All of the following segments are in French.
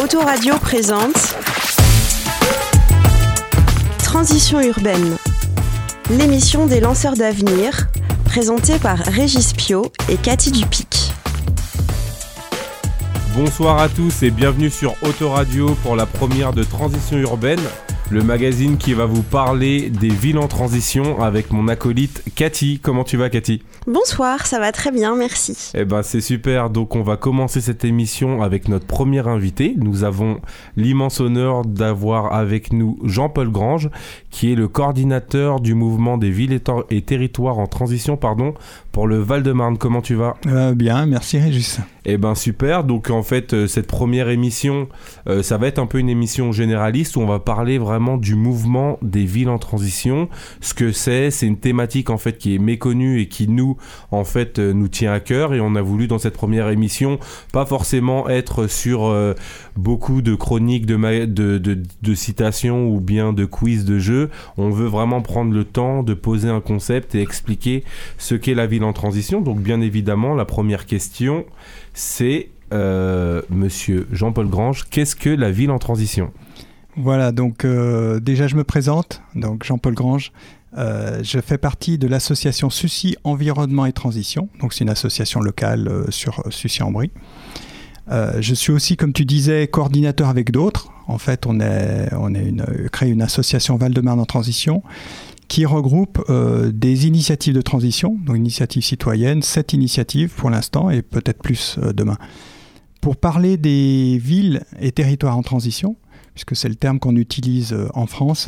Autoradio présente Transition urbaine, l'émission des lanceurs d'avenir, présentée par Régis Piot et Cathy Dupic. Bonsoir à tous et bienvenue sur Autoradio pour la première de Transition urbaine, le magazine qui va vous parler des villes en transition avec mon acolyte Cathy. Comment tu vas, Cathy ? Bonsoir, ça va très bien, merci. Eh ben c'est super, donc on va commencer cette émission avec notre premier invité. Nous avons l'immense honneur d'avoir avec nous Jean-Paul Grange, qui est le coordinateur du mouvement des villes et territoires en transition pour le Val-de-Marne. Comment tu vas ? Bien, merci Régis. Eh ben super, donc en fait cette première émission, ça va être un peu une émission généraliste où on va parler vraiment du mouvement des villes en transition. Ce que c'est une thématique en fait qui est méconnue et qui nous tient à cœur, et on a voulu dans cette première émission pas forcément être sur beaucoup de chroniques de citations ou bien de quiz de jeux. On veut vraiment prendre le temps de poser un concept et expliquer ce qu'est la ville en transition. Donc bien évidemment la première question c'est Monsieur Jean-Paul Grange, qu'est-ce que la ville en transition ? Voilà, donc déjà je me présente, donc Jean-Paul Grange. Je fais partie de l'association Sucy Environnement et Transition, donc c'est une association locale sur Sucy-en-Brie. Je suis aussi, comme tu disais, coordinateur avec d'autres. En fait, on a créé une association Val-de-Marne en transition qui regroupe des initiatives de transition, donc initiatives citoyennes, 7 initiatives pour l'instant et peut-être plus demain. Pour parler des villes et territoires en transition, puisque c'est le terme qu'on utilise en France,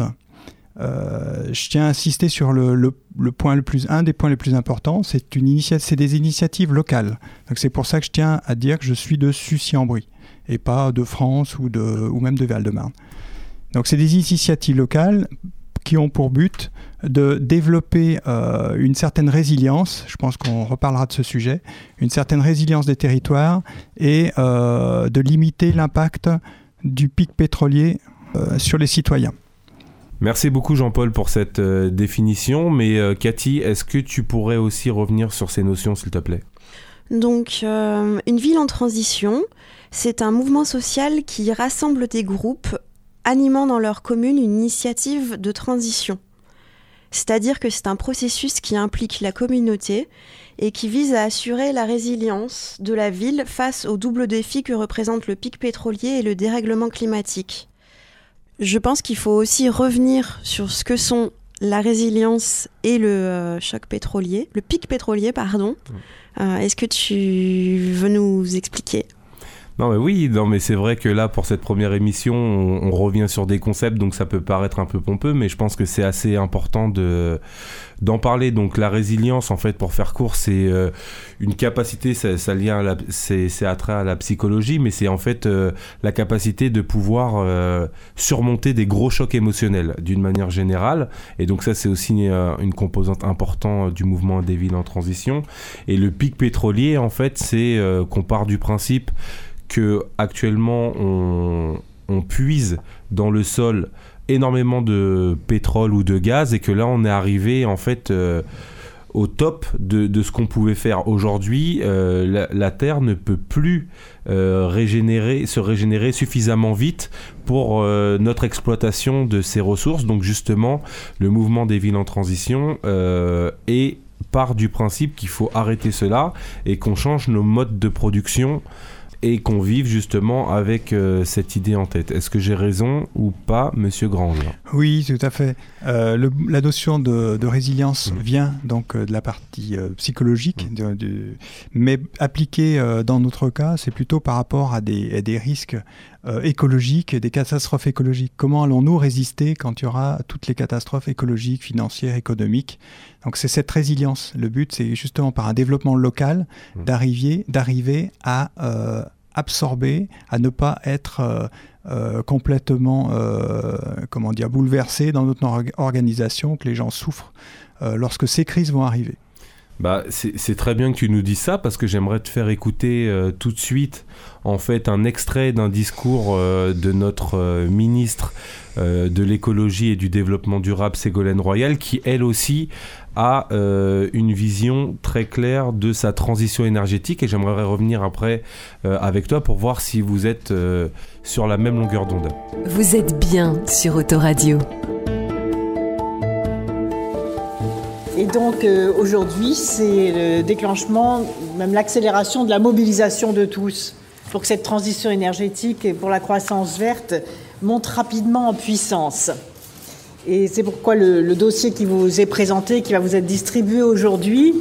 je tiens à insister sur un des points les plus importants, c'est des initiatives locales. Donc c'est pour ça que je tiens à dire que je suis de Sucy-en-Brie et pas de France ou même de Val-de-Marne. Donc c'est des initiatives locales qui ont pour but de développer une certaine résilience, je pense qu'on reparlera de ce sujet, une certaine résilience des territoires et de limiter l'impact du pic pétrolier sur les citoyens. Merci beaucoup Jean-Paul pour cette définition, mais Cathy, est-ce que tu pourrais aussi revenir sur ces notions s'il te plaît ? Donc, une ville en transition, c'est un mouvement social qui rassemble des groupes animant dans leur commune une initiative de transition. C'est-à-dire que c'est un processus qui implique la communauté et qui vise à assurer la résilience de la ville face aux doubles défis que représentent le pic pétrolier et le dérèglement climatique. Je pense qu'il faut aussi revenir sur ce que sont la résilience et le choc pétrolier, le pic pétrolier, pardon. Est-ce que tu veux nous expliquer ? Non mais c'est vrai que là pour cette première émission on revient sur des concepts, donc ça peut paraître un peu pompeux, mais je pense que c'est assez important d'en parler. Donc la résilience, en fait, pour faire court, c'est une capacité, c'est attrait à la psychologie, mais c'est en fait la capacité de pouvoir surmonter des gros chocs émotionnels d'une manière générale, et donc ça c'est aussi une composante importante du mouvement des villes en transition. Et le pic pétrolier, en fait, c'est qu'on part du principe que actuellement on puise dans le sol énormément de pétrole ou de gaz, et que là on est arrivé en fait au top de ce qu'on pouvait faire. Aujourd'hui, la Terre ne peut plus se régénérer suffisamment vite pour notre exploitation de ces ressources. Donc justement, le mouvement des villes en transition part du principe qu'il faut arrêter cela et qu'on change nos modes de production et qu'on vive justement avec cette idée en tête. Est-ce que j'ai raison ou pas, Monsieur Grange ? Oui, tout à fait. La notion de résilience vient donc de la partie psychologique, mais appliquée dans notre cas, c'est plutôt par rapport à des risques écologiques, des catastrophes écologiques. Comment allons-nous résister quand il y aura toutes les catastrophes écologiques, financières, économiques ? Donc c'est cette résilience. Le but, c'est justement par un développement local d'arriver à absorber, à ne pas être complètement bouleversé dans notre organisation, que les gens souffrent lorsque ces crises vont arriver. C'est très bien que tu nous dises ça, parce que j'aimerais te faire écouter tout de suite en fait un extrait d'un discours de notre ministre de l'écologie et du développement durable, Ségolène Royal, qui elle aussi a une vision très claire de sa transition énergétique, et j'aimerais revenir après avec toi pour voir si vous êtes sur la même longueur d'onde. Vous êtes bien sur Autoradio. Et donc aujourd'hui, c'est le déclenchement, même l'accélération de la mobilisation de tous pour que cette transition énergétique et pour la croissance verte monte rapidement en puissance. Et c'est pourquoi le dossier qui vous est présenté, qui va vous être distribué aujourd'hui,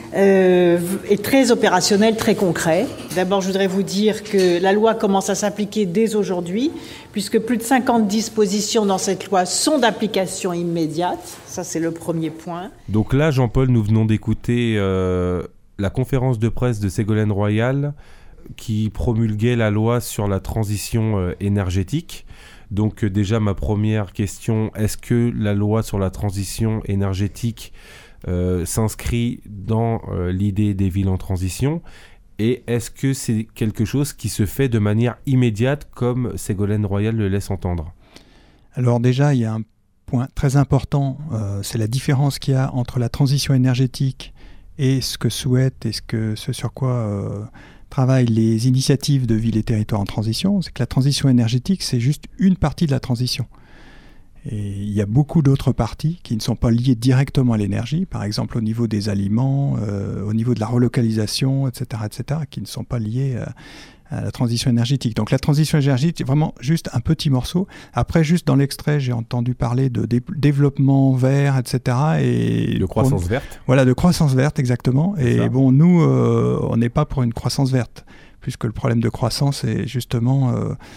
est très opérationnel, très concret. D'abord, je voudrais vous dire que la loi commence à s'appliquer dès aujourd'hui, puisque plus de 50 dispositions dans cette loi sont d'application immédiate. Ça, c'est le premier point. Donc là, Jean-Paul, nous venons d'écouter la conférence de presse de Ségolène Royal qui promulguait la loi sur la transition énergétique. Donc déjà, ma première question, est-ce que la loi sur la transition énergétique s'inscrit dans l'idée des villes en transition, et est-ce que c'est quelque chose qui se fait de manière immédiate comme Ségolène Royal le laisse entendre? Alors déjà, il y a un point très important, c'est la différence qu'il y a entre la transition énergétique et ce que souhaitent et ce sur quoi travaillent les initiatives de villes et territoires en transition. C'est que la transition énergétique, c'est juste une partie de la transition. Et il y a beaucoup d'autres parties qui ne sont pas liées directement à l'énergie, par exemple au niveau des aliments, au niveau de la relocalisation, etc., qui ne sont pas liées à la transition énergétique. Donc la transition énergétique, c'est vraiment juste un petit morceau. Après, juste dans l'extrait, j'ai entendu parler de développement vert, etc. Et de croissance verte. Voilà, de croissance verte, exactement. Et bon, nous, on n'est pas pour une croissance verte, puisque le problème de croissance est justement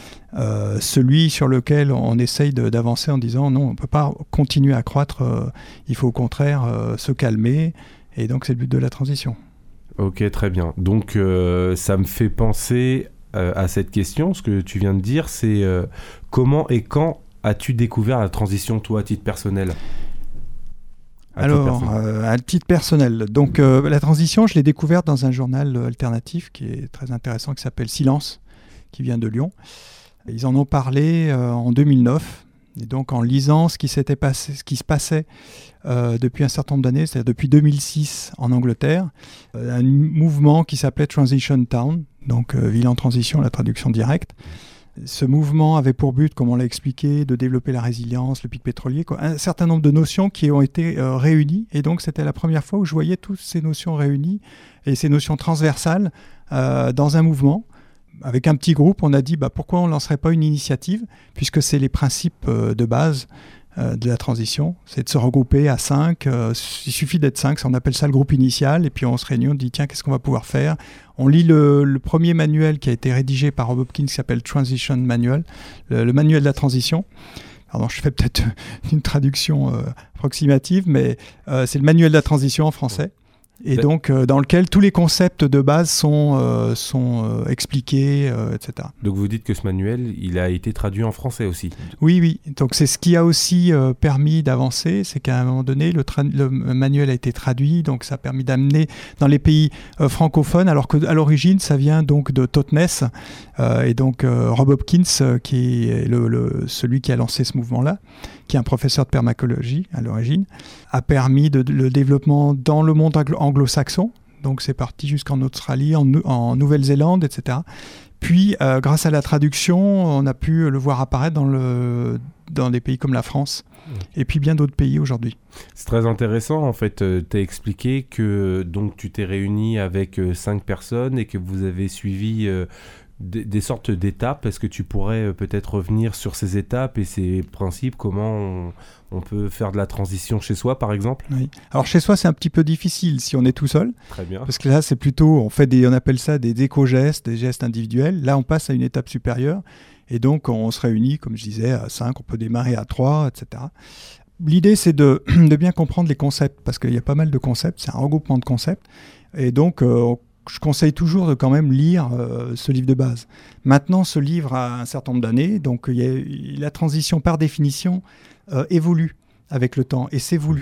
celui sur lequel on essaye d'avancer en disant non, on ne peut pas continuer à croître, il faut au contraire se calmer, et donc c'est le but de la transition. Ok, très bien. Donc ça me fait penser à cette question, ce que tu viens de dire, c'est comment et quand as-tu découvert la transition, toi, à titre personnel ? Alors, à titre personnel, donc la transition, je l'ai découverte dans un journal alternatif qui est très intéressant, qui s'appelle Silence, qui vient de Lyon. Ils en ont parlé en 2009, et donc en lisant ce qui se passait depuis un certain nombre d'années, c'est-à-dire depuis 2006 en Angleterre, un mouvement qui s'appelait Transition Town, donc ville en transition, la traduction directe. Ce mouvement avait pour but, comme on l'a expliqué, de développer la résilience, le pic pétrolier, un certain nombre de notions qui ont été réunies. Et donc, c'était la première fois où je voyais toutes ces notions réunies et ces notions transversales dans un mouvement. Avec un petit groupe, on a dit pourquoi on ne lancerait pas une initiative, puisque c'est les principes de base de la transition, c'est de se regrouper à 5, il suffit d'être 5, on appelle ça le groupe initial, et puis on se réunit, on dit tiens, qu'est-ce qu'on va pouvoir faire ? On lit le premier manuel qui a été rédigé par Rob Hopkins qui s'appelle Transition Manual, le manuel de la transition. Pardon, je fais peut-être une traduction approximative, mais c'est le manuel de la transition en français. Et donc, dans lequel tous les concepts de base sont expliqués, etc. Donc, vous dites que ce manuel, il a été traduit en français aussi. Oui. Donc, c'est ce qui a aussi permis d'avancer. C'est qu'à un moment donné, le manuel a été traduit. Donc, ça a permis d'amener dans les pays francophones, alors qu'à l'origine, ça vient donc de Totnes. Et donc, Rob Hopkins, qui est celui qui a lancé ce mouvement-là, qui est un professeur de permacologie à l'origine, a permis le développement dans le monde anglo-saxon. Donc c'est parti jusqu'en Australie, en Nouvelle-Zélande, etc. Puis, grâce à la traduction, on a pu le voir apparaître dans des pays comme la France et puis bien d'autres pays aujourd'hui. C'est très intéressant, en fait. Tu as expliqué que donc, tu t'es réuni avec 5 personnes et que vous avez suivi des sortes d'étapes. Est-ce que tu pourrais peut-être revenir sur ces étapes et ces principes, comment on peut faire de la transition chez soi, par exemple ? Oui. Alors chez soi, c'est un petit peu difficile si on est tout seul. Très bien. Parce que là, c'est plutôt, on appelle ça des éco-gestes, des gestes individuels. Là, on passe à une étape supérieure. Et donc, on se réunit, comme je disais, à 5, on peut démarrer à 3, etc. L'idée, c'est de bien comprendre les concepts, parce qu'il y a pas mal de concepts, c'est un regroupement de concepts. Et donc, je conseille toujours de quand même lire ce livre de base. Maintenant, ce livre a un certain nombre d'années, donc la transition, par définition, évolue avec le temps, et c'est voulu.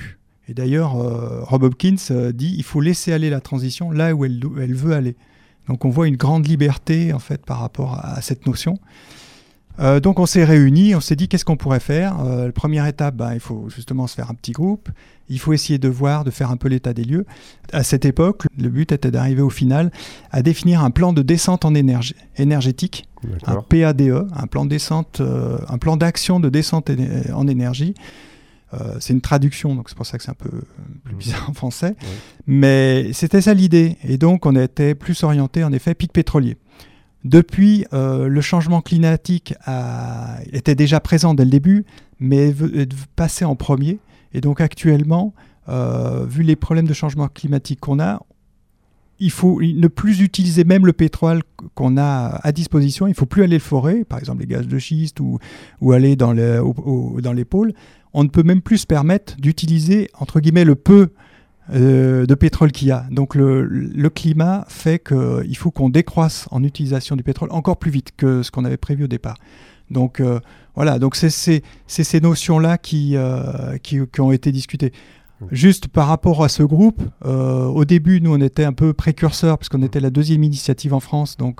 Et d'ailleurs, Rob Hopkins dit il faut laisser aller la transition là où elle veut aller. Donc on voit une grande liberté en fait par rapport à cette notion. Donc on s'est réunis, on s'est dit qu'est-ce qu'on pourrait faire. La première étape, il faut justement se faire un petit groupe. Il faut essayer de faire un peu l'état des lieux. À cette époque, le but était d'arriver au final à définir un plan de descente en énergétique, un PADE, un plan de descente, un plan d'action de descente en énergie. C'est une traduction, donc c'est pour ça que c'est un peu plus bizarre en français. Oui. Mais c'était ça l'idée. Et donc, on était plus orienté, en effet, pic pétrolier. Depuis, le changement climatique était déjà présent dès le début, mais est passé en premier. Et donc, actuellement, vu les problèmes de changement climatique qu'on a, il faut ne plus utiliser même le pétrole qu'on a à disposition. Il ne faut plus aller le forer, par exemple les gaz de schiste ou aller dans les pôles. On ne peut même plus se permettre d'utiliser, entre guillemets, le peu de pétrole qu'il y a. Donc le climat fait qu'il faut qu'on décroisse en utilisation du pétrole encore plus vite que ce qu'on avait prévu au départ. Donc voilà, donc c'est ces notions-là qui ont été discutées. Juste par rapport à ce groupe, au début, nous, on était un peu précurseurs, parce qu'on était la deuxième initiative en France, donc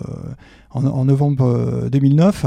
en novembre 2009.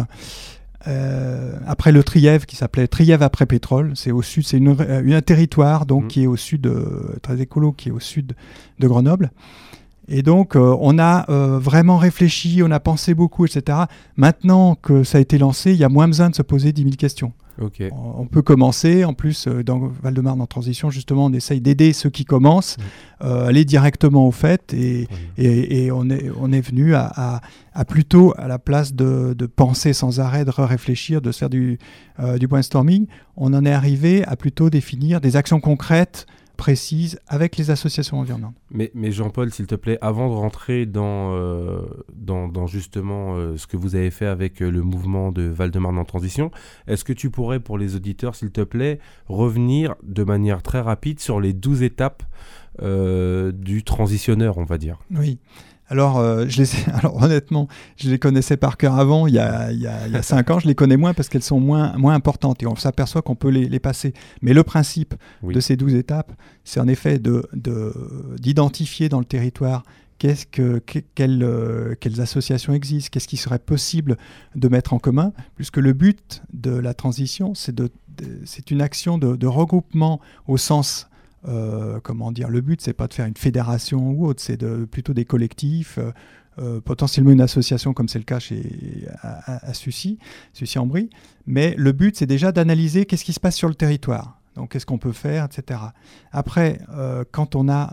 Après le Trièvre, qui s'appelait Trièvre après pétrole, c'est au sud, c'est un territoire donc, qui est au sud, très écolo, qui est au sud de Grenoble. Et donc, on a vraiment réfléchi, on a pensé beaucoup, etc. Maintenant que ça a été lancé, il y a moins besoin de se poser 10 000 questions. Okay. On peut commencer. En plus, dans Val-de-Marne en transition, justement, on essaye d'aider ceux qui commencent, aller directement au fait. Et on est venu à plutôt, à la place de penser sans arrêt, de réfléchir, de se faire du brainstorming, on en est arrivé à plutôt définir des actions concrètes, précises, avec les associations environnantes. Mais Jean-Paul, s'il te plaît, avant de rentrer dans justement ce que vous avez fait avec le mouvement de Val-de-Marne en transition, est-ce que tu pourrais, pour les auditeurs, s'il te plaît, revenir de manière très rapide sur les 12 étapes du transitionneur, on va dire ? Oui. Alors, honnêtement, je les connaissais par cœur avant, il y a 5 ans, je les connais moins parce qu'elles sont moins importantes et on s'aperçoit qu'on peut les passer. Mais le principe de ces 12 étapes, c'est en effet d'identifier dans le territoire quelles associations existent, qu'est-ce qui serait possible de mettre en commun, puisque le but de la transition, c'est une action de regroupement au sens... le but, c'est pas de faire une fédération ou autre, c'est plutôt des collectifs, potentiellement une association comme c'est le cas à Sucy-en-Brie. Mais le but, c'est déjà d'analyser qu'est-ce qui se passe sur le territoire. Donc, qu'est-ce qu'on peut faire, etc. Après, quand on a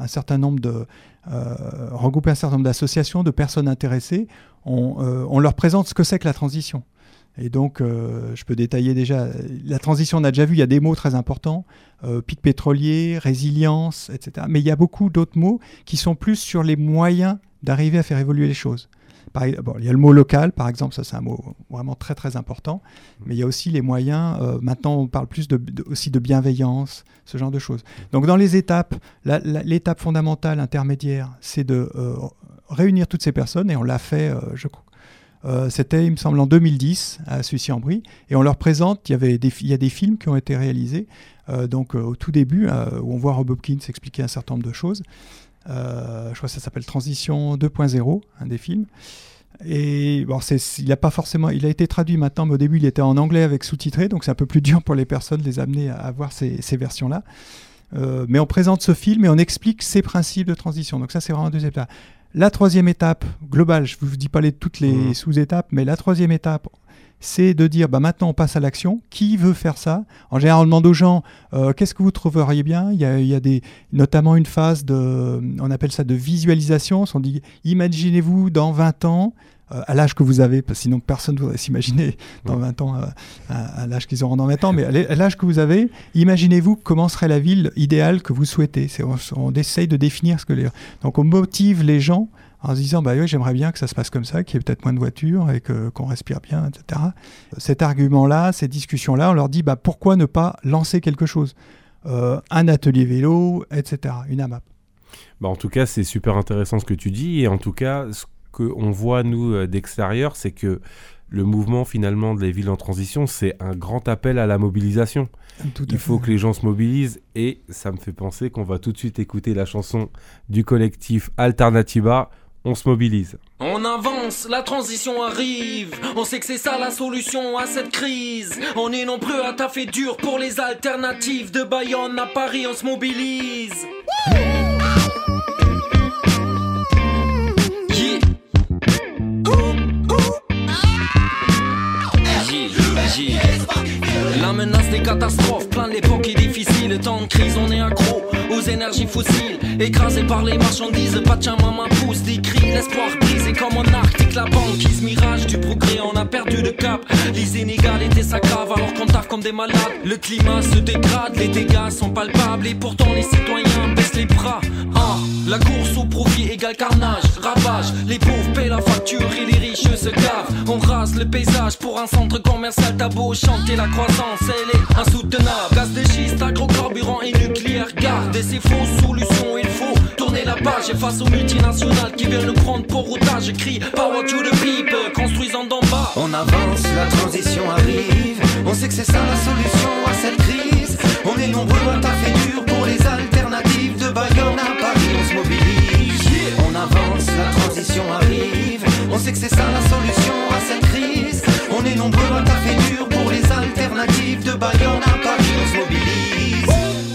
regroupé un certain nombre d'associations, de personnes intéressées, on leur présente ce que c'est que la transition. Et donc, je peux détailler déjà. La transition, on a déjà vu, il y a des mots très importants, pic pétrolier, résilience, etc. Mais il y a beaucoup d'autres mots qui sont plus sur les moyens d'arriver à faire évoluer les choses. Il y a le mot local, par exemple, ça c'est un mot vraiment très très important. Mais il y a aussi les moyens, maintenant on parle plus aussi de bienveillance, ce genre de choses. Donc dans les étapes, l'étape fondamentale, intermédiaire, c'est de réunir toutes ces personnes, et on l'a fait, je crois. C'était, il me semble, en 2010 à Sucy-en-Brie, et on leur présente, il y a des films qui ont été réalisés, donc au tout début, où on voit Rob Hopkins expliquer un certain nombre de choses. Je crois que ça s'appelle Transition 2.0, un des films. Et bon, il a été traduit maintenant, mais au début il était en anglais avec sous-titré, donc c'est un peu plus dur pour les personnes de les amener à voir ces versions-là. Mais on présente ce film et on explique ces principes de transition. Donc ça, c'est vraiment 2 étapes. La 3e étape globale, je ne vous dis pas toutes les sous-étapes, mais la 3e étape, c'est de dire maintenant on passe à l'action. Qui veut faire ça ? En général, on demande aux gens qu'est-ce que vous trouveriez bien ? Il y a notamment une phase on appelle ça de visualisation. On dit imaginez-vous dans 20 ans, à l'âge que vous avez, parce que sinon personne ne voudrait s'imaginer dans 20 ans à l'âge qu'ils auront dans 20 ans, mais à l'âge que vous avez, imaginez-vous comment serait la ville idéale que vous souhaitez. On essaye de définir Donc on motive les gens en se disant oui, j'aimerais bien que ça se passe comme ça, qu'il y ait peut-être moins de voitures et qu'on respire bien, etc. Cet argument-là, ces discussions-là, on leur dit pourquoi ne pas lancer quelque chose, un atelier vélo, etc., une AMAP. En tout cas, c'est super intéressant ce que tu dis, et en tout cas, ce qu'on voit, nous, d'extérieur, c'est que le mouvement finalement des villes en transition, c'est un grand appel à la mobilisation. Il faut que les gens se mobilisent et ça me fait penser qu'on va tout de suite écouter la chanson du collectif Alternativa, On se mobilise. On avance, la transition arrive. On sait que c'est ça la solution à cette crise. On est nombreux à taffer dur pour les alternatives. De Bayonne à Paris, on se mobilise. La menace des catastrophes, plein de l'époque est difficile. Le temps de crise, on est accro aux énergies fossiles. Écrasé par les marchandises, pas de maman pousse des cris. L'espoir brisé comme en Arctique, la banquise, mirage du progrès, on a perdu le cap. Les inégalités s'aggravent alors qu'on taffe comme des malades. Le climat se dégrade, les dégâts sont palpables. Et pourtant les citoyens baissent les bras. La course au profit égale carnage, ravage. Les pauvres paient la facture et les riches se gavent. On rase le paysage pour un centre commercial. T'as beau chanter la croissance, elle est insoutenable. Gaz de schiste, agrocarburant et nucléaire. Gardez ces fausses solutions, il faut tourner la page. Et face aux multinationales qui viennent nous prendre pour otage, je crie power to the people, construisant d'en bas. On avance, la transition arrive. On sait que c'est ça la solution à cette crise. On est nombreux à taffer dur pour les alternatives. De Bayonne à Paris, on se mobilise. On avance, la transition arrive. On sait que c'est ça la solution à cette crise. On est nombreux à taffer dur pour les alternatives. De Bayonne à Paris, on se mobilise.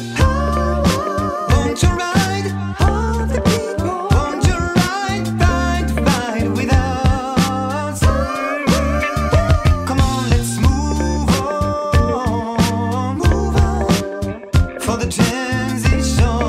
Born to ride, all the people. Born to ride, ride with us. Come on, let's move on for the transition.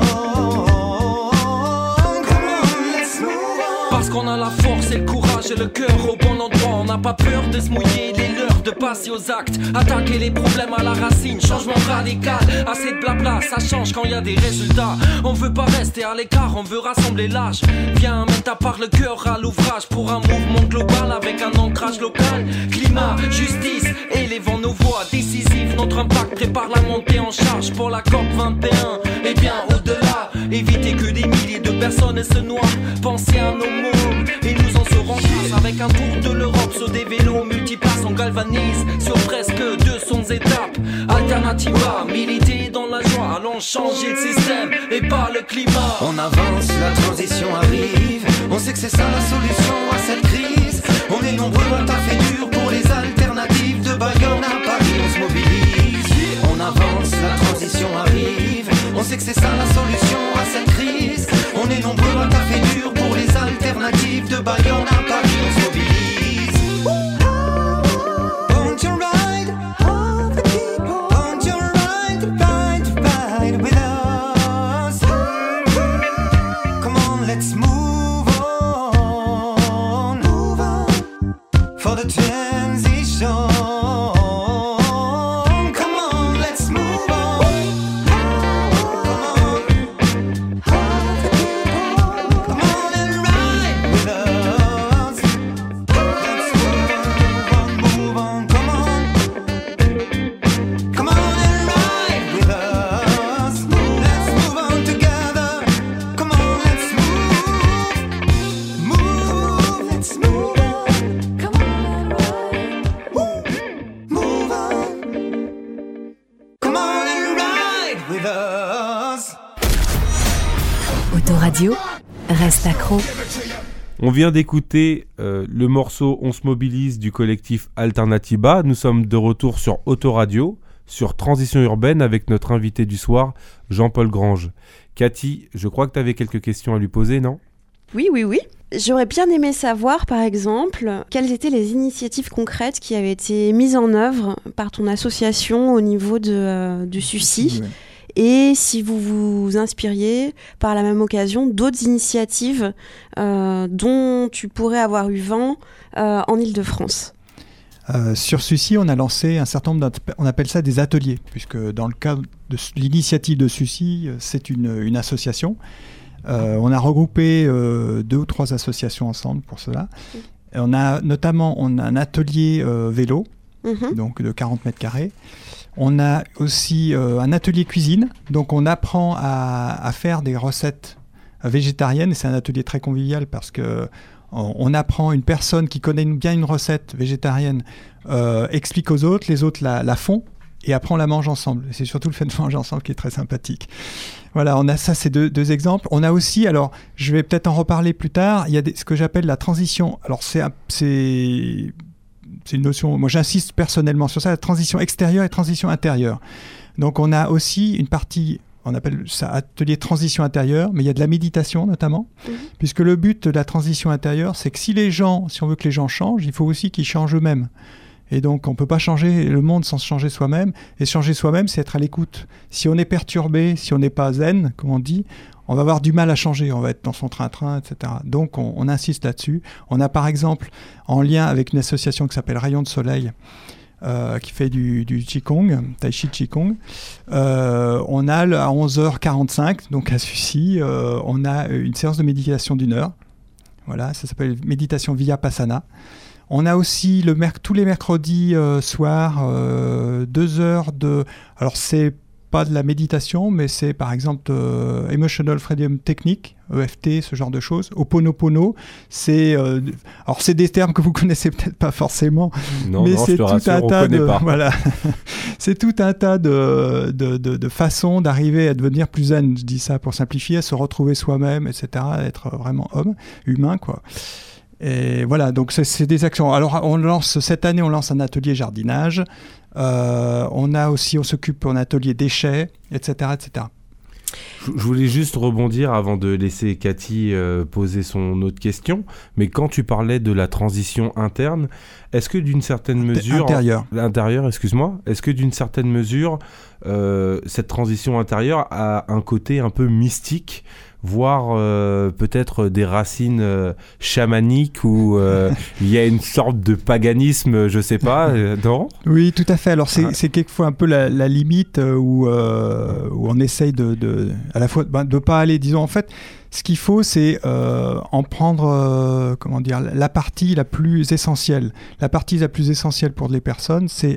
Come on, let's move on. Parce qu'on a la force et le courage et le cœur au bon endroit. On n'a pas peur de se mouiller, il est l'heure de passer aux actes. Attaquer les problèmes à la racine, changement radical. Assez de blabla, ça change quand y a des résultats. On veut pas rester à l'écart, on veut rassembler l'âge. Viens, mets ta part le cœur à l'ouvrage pour un mouvement global avec un ancrage local. Climat, justice, élevons nos voix décisives. Notre impact prépare la montée en charge pour la COP 21. Et bien au-delà, éviter que des milliers de personnes se noient. Pensez à nos mots et nous en serons tous. Avec un tour de l'Europe sur des vélos multiplaces, on galvanise sur presque 200 étapes. Alternativa, militer dans la joie, allons changer le système et pas le climat. On avance, la transition arrive. On sait que c'est ça la solution à cette crise. On est nombreux à taffer dur pour les alternatives. De Bayonne à Paris, on se mobilise. On avance, la transition arrive. On sait que c'est ça la solution à cette crise. On est nombreux à taffer dur pour les alternatives. De Bayonne à Paris, on se mobilise. Born to ride, all the people. Born to ride with us. Come on, let's move on for the transition. Come on, let's move on. Come on and ride with us. Let's move on. Come on and ride with us. Let's move on together. Come on, let's move, let's move on. Come on and ride, move on. Come on and ride with us. Autoradio, reste accro. On vient d'écouter le morceau On se mobilise du collectif Alternativa. Nous sommes de retour sur Autoradio, sur Transition urbaine avec notre invité du soir, Jean-Paul Grange. Cathy, je crois que tu avais quelques questions à lui poser, non ? Oui. J'aurais bien aimé savoir, par exemple, quelles étaient les initiatives concrètes qui avaient été mises en œuvre par ton association au niveau du SUCI. Ouais. Et si vous vous inspiriez par la même occasion d'autres initiatives dont tu pourrais avoir eu vent en Île-de-France. Sur SUCI, on a lancé un certain nombre on appelle ça des ateliers, puisque dans le cadre de l'initiative de SUCI, c'est une association. On a regroupé 2 ou 3 associations ensemble pour cela. Et on a un atelier vélo, donc de 40 mètres carrés. On a aussi un atelier cuisine, donc on apprend à faire des recettes végétariennes. Et c'est un atelier très convivial parce que On apprend, une personne qui connaît bien une recette végétarienne explique aux autres, les autres la font, et après on la mange ensemble. C'est surtout le fait de manger ensemble qui est très sympathique. Voilà, on a ça, c'est deux exemples. On a aussi, alors je vais peut-être en reparler plus tard, il y a ce que j'appelle la transition. Alors c'est une notion, moi j'insiste personnellement sur ça, la transition extérieure et transition intérieure. Donc on a aussi une partie, on appelle ça atelier transition intérieure, mais il y a de la méditation notamment, puisque le but de la transition intérieure, c'est que si on veut que les gens changent, il faut aussi qu'ils changent eux-mêmes. Et donc, on ne peut pas changer le monde sans se changer soi-même. Et changer soi-même, c'est être à l'écoute. Si on est perturbé, si on n'est pas zen, comme on dit, on va avoir du mal à changer. On va être dans son train-train, etc. Donc, on insiste là-dessus. On a par exemple, en lien avec une association qui s'appelle Rayon de Soleil, qui fait du Qigong, Tai Chi Qigong. On a à 11h45, donc à Sucy, on a une séance de méditation d'1 heure. Voilà, ça s'appelle méditation Vipassana. On a aussi tous les mercredis soirs 2 heures de... Alors, c'est pas de la méditation, mais c'est par exemple Emotional Freedom Technique, EFT, ce genre de choses. Ho'oponopono, alors c'est des termes que vous connaissez peut-être pas forcément, mais c'est tout un tas de... Voilà. C'est tout un tas de façons d'arriver à devenir plus zen, je dis ça pour simplifier, à se retrouver soi-même, etc., à être vraiment humain, quoi. Et voilà, donc c'est des actions. Alors cette année, on lance un atelier jardinage. On s'occupe d'un atelier déchets, etc., etc. Je voulais juste rebondir avant de laisser Cathy poser son autre question. Mais quand tu parlais de la transition interne, est-ce que d'une certaine mesure... Intérieure, excuse-moi. Est-ce que d'une certaine mesure, cette transition intérieure a un côté un peu mystique, voire peut-être des racines chamaniques où il y a une sorte de paganisme, je sais pas, non ? Oui, tout à fait. Alors c'est quelquefois un peu la limite où on essaye à la fois de pas aller, disons, en fait, ce qu'il faut, c'est en prendre, la partie la plus essentielle. La partie la plus essentielle pour les personnes, c'est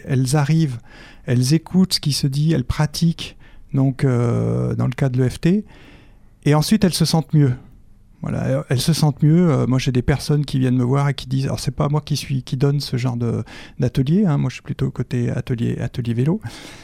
elles écoutent ce qui se dit, elles pratiquent, donc dans le cas de l'EFT, et ensuite elles se sentent mieux. Voilà, elles se sentent mieux. Moi, j'ai des personnes qui viennent me voir et qui disent, alors c'est pas moi qui donne ce genre d'atelier, hein, moi je suis plutôt côté atelier vélo,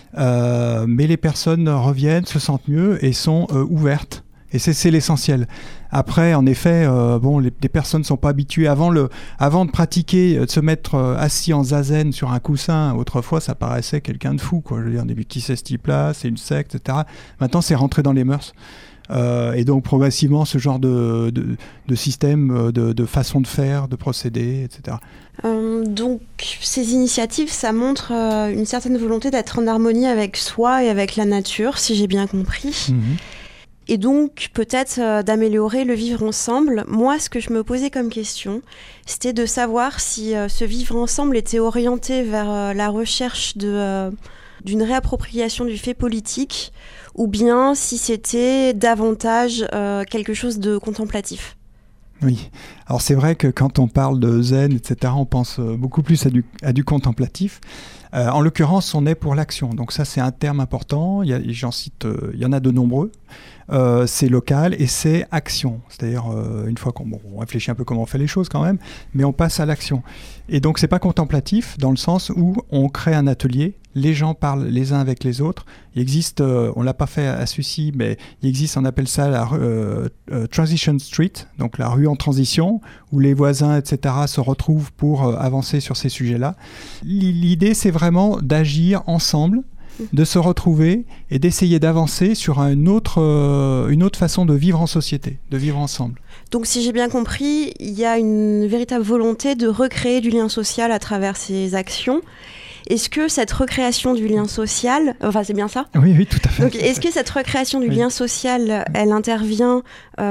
mais les personnes reviennent, se sentent mieux et sont ouvertes. Et c'est l'essentiel. Après, en effet, les personnes ne sont pas habituées. Avant de pratiquer, de se mettre assis en zazen sur un coussin, autrefois, ça paraissait quelqu'un de fou, quoi. Je veux dire, qui c'est ce type-là, c'est une secte, etc. Maintenant, c'est rentré dans les mœurs. Et donc, progressivement, ce genre de système, de façon de faire, de procéder, etc. Donc, ces initiatives, ça montre une certaine volonté d'être en harmonie avec soi et avec la nature, si j'ai bien compris. Et donc, peut-être d'améliorer le vivre ensemble. Moi, ce que je me posais comme question, c'était de savoir si ce vivre ensemble était orienté vers la recherche d'une réappropriation du fait politique, ou bien si c'était davantage quelque chose de contemplatif. Oui, alors c'est vrai que quand on parle de zen, etc., on pense beaucoup plus à du contemplatif. En l'occurrence, on est pour l'action. Donc ça, c'est un terme important. Il y en a de nombreux. C'est local et c'est action. C'est-à-dire, une fois qu'on réfléchit un peu comment on fait les choses quand même, mais on passe à l'action. Et donc, c'est pas contemplatif dans le sens où on crée un atelier, les gens parlent les uns avec les autres. Il existe, on l'a pas fait à Sucy, mais il existe, on appelle ça la Transition Street, donc la rue en transition, où les voisins, etc., se retrouvent pour avancer sur ces sujets-là. L'idée, c'est vraiment d'agir ensemble, de se retrouver et d'essayer d'avancer sur une autre façon de vivre en société, de vivre ensemble. Donc si j'ai bien compris, il y a une véritable volonté de recréer du lien social à travers ces actions. Est-ce que cette recréation du lien social, enfin c'est bien ça ? Oui, tout à fait. Donc est-ce que cette recréation du lien social, elle intervient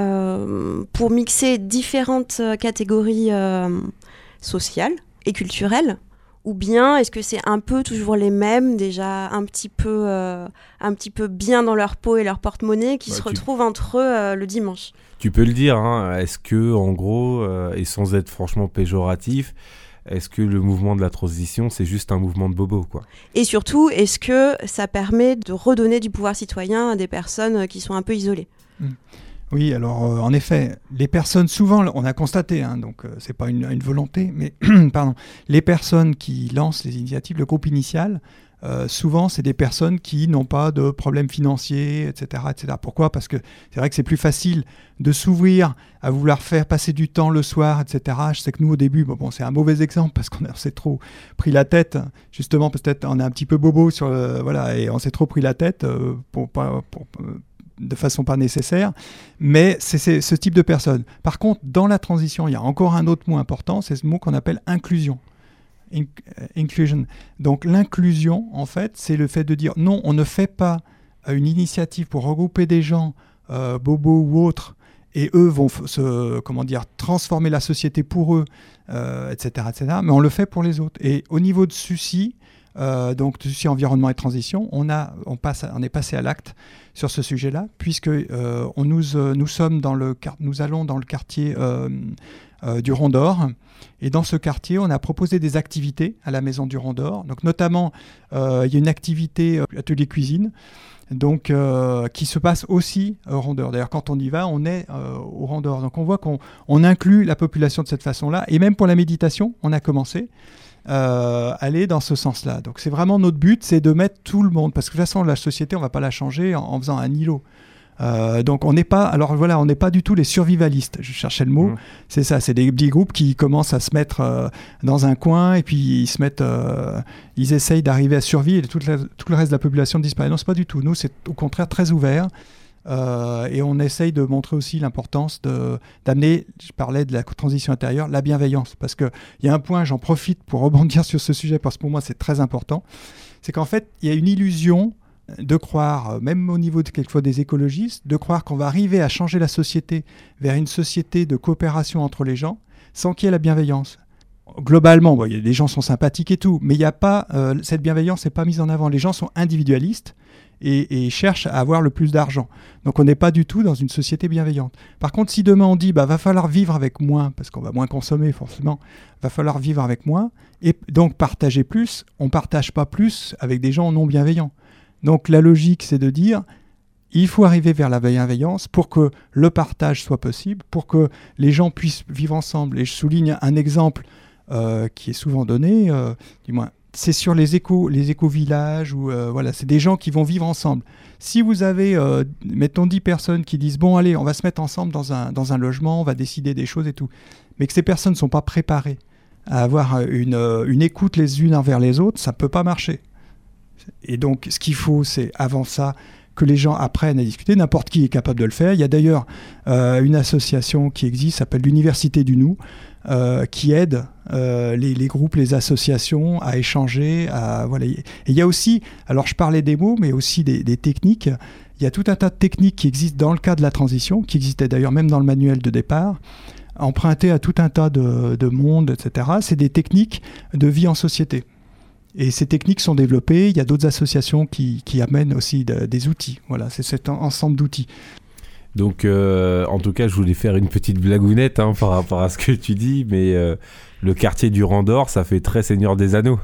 pour mixer différentes catégories sociales et culturelles ? Ou bien est-ce que c'est un peu toujours les mêmes, déjà un petit peu bien dans leur peau et leur porte-monnaie, qui se retrouvent entre eux le dimanche ? Tu peux le dire, hein. Est-ce que, en gros, et sans être franchement péjoratif, est-ce que le mouvement de la transition, c'est juste un mouvement de bobo, quoi ? Et surtout, est-ce que ça permet de redonner du pouvoir citoyen à des personnes qui sont un peu isolées ? Oui, alors en effet, les personnes, souvent, on a constaté, donc c'est pas une volonté, mais pardon, les personnes qui lancent les initiatives, le groupe initial, souvent c'est des personnes qui n'ont pas de problèmes financiers, etc., etc. Pourquoi ? Parce que c'est vrai que c'est plus facile de s'ouvrir à vouloir faire passer du temps le soir, etc. Je sais que nous au début, bon c'est un mauvais exemple parce qu'on s'est trop pris la tête, justement peut-être on est un petit peu bobo sur voilà, et on s'est trop pris la tête de façon pas nécessaire, mais c'est ce type de personnes. Par contre, dans la transition, il y a encore un autre mot important, c'est ce mot qu'on appelle inclusion. Inclusion. Donc l'inclusion, en fait, c'est le fait de dire non, on ne fait pas une initiative pour regrouper des gens, bobos ou autres, et eux vont transformer la société pour eux, etc., etc., mais on le fait pour les autres. Et au niveau de SUCI, donc SUCI Environnement et Transition, on est passé à l'acte sur ce sujet-là, puisque nous allons dans le quartier du Rond d'Or, et dans ce quartier, on a proposé des activités à la Maison du Rond d'Or. Donc notamment, il y a une activité atelier cuisine, donc qui se passe aussi au Rond d'Or. D'ailleurs, quand on y va, on est au Rond d'Or. Donc on voit qu'on inclut la population de cette façon-là, et même pour la méditation, on a commencé. Aller dans ce sens-là. Donc c'est vraiment notre but, c'est de mettre tout le monde, parce que de toute façon la société on va pas la changer en faisant un îlot. Donc on n'est pas du tout les survivalistes. Je cherchais le mot. C'est ça, c'est des petits groupes qui commencent à se mettre dans un coin et puis ils essayent d'arriver à survivre et tout le reste de la population disparaît. Non, c'est pas du tout. Nous c'est au contraire très ouvert. Et on essaye de montrer aussi l'importance d'amener, je parlais de la transition intérieure, la bienveillance. Parce qu'il y a un point, j'en profite pour rebondir sur ce sujet, parce que pour moi c'est très important, c'est qu'en fait il y a une illusion de croire, même au niveau quelquefois des écologistes, de croire qu'on va arriver à changer la société vers une société de coopération entre les gens sans qu'il y ait la bienveillance. Globalement, les gens sont sympathiques et tout, mais il y a pas, cette bienveillance n'est pas mise en avant. Les gens sont individualistes et cherchent à avoir le plus d'argent. Donc on n'est pas du tout dans une société bienveillante. Par contre, si demain on dit va falloir vivre avec moins, parce qu'on va moins consommer forcément, va falloir vivre avec moins, et donc partager plus, on ne partage pas plus avec des gens non bienveillants. Donc la logique, c'est de dire il faut arriver vers la bienveillance pour que le partage soit possible, pour que les gens puissent vivre ensemble. Et je souligne un exemple qui est souvent donné, du moins, c'est sur les éco-villages, où c'est des gens qui vont vivre ensemble. Si vous avez, mettons 10 personnes qui disent bon allez, on va se mettre ensemble dans un logement, on va décider des choses et tout, mais que ces personnes ne sont pas préparées à avoir une écoute les unes envers les autres, ça ne peut pas marcher. Et donc ce qu'il faut, c'est avant ça que les gens apprennent à discuter. N'importe qui est capable de le faire. Il y a d'ailleurs une association qui existe, s'appelle l'Université du Nous, qui aide les groupes, les associations à échanger. Et il y a aussi, alors je parlais des mots, mais aussi des techniques. Il y a tout un tas de techniques qui existent dans le cas de la transition, qui existaient d'ailleurs même dans le manuel de départ, empruntées à tout un tas de mondes, etc. C'est des techniques de vie en société. Et ces techniques sont développées. Il y a d'autres associations qui amènent aussi des outils. Voilà, c'est cet ensemble d'outils. Donc, en tout cas, je voulais faire une petite blagounette par rapport à ce que tu dis, mais le quartier du Rond d'Or, ça fait très Seigneur des Anneaux.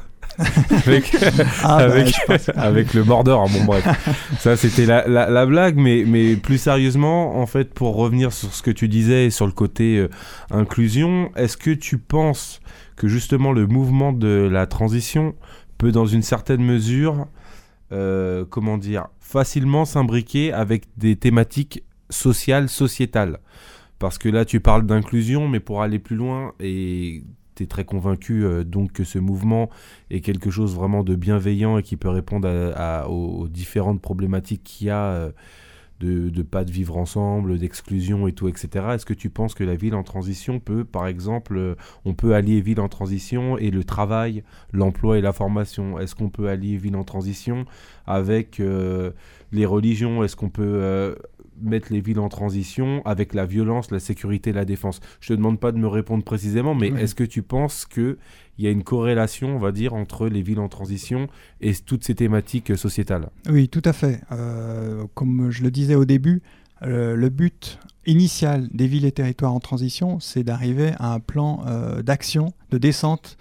avec le Mordor. Bon, bref. Ça, c'était la blague, mais plus sérieusement, en fait, pour revenir sur ce que tu disais, sur le côté inclusion, est-ce que tu penses que justement le mouvement de la transition peut, dans une certaine mesure, facilement s'imbriquer avec des thématiques sociales, sociétales? Parce que là, tu parles d'inclusion, mais pour aller plus loin, et tu es très convaincu donc que ce mouvement est quelque chose vraiment de bienveillant et qui peut répondre aux différentes problématiques qu'il y a de pas de vivre ensemble, d'exclusion et tout, etc. Est-ce que tu penses que la ville en transition peut, par exemple, on peut allier ville en transition et le travail, l'emploi et la formation? Est-ce qu'on peut allier ville en transition avec les religions? Est-ce qu'on peut mettre les villes en transition avec la violence, la sécurité, la défense? Je te demande pas de me répondre précisément, mais est-ce que tu penses qu'il y a une corrélation, on va dire, entre les villes en transition et toutes ces thématiques sociétales? Oui, tout à fait. Comme je le disais au début, le but initial des villes et territoires en transition, c'est d'arriver à un plan d'action, de descente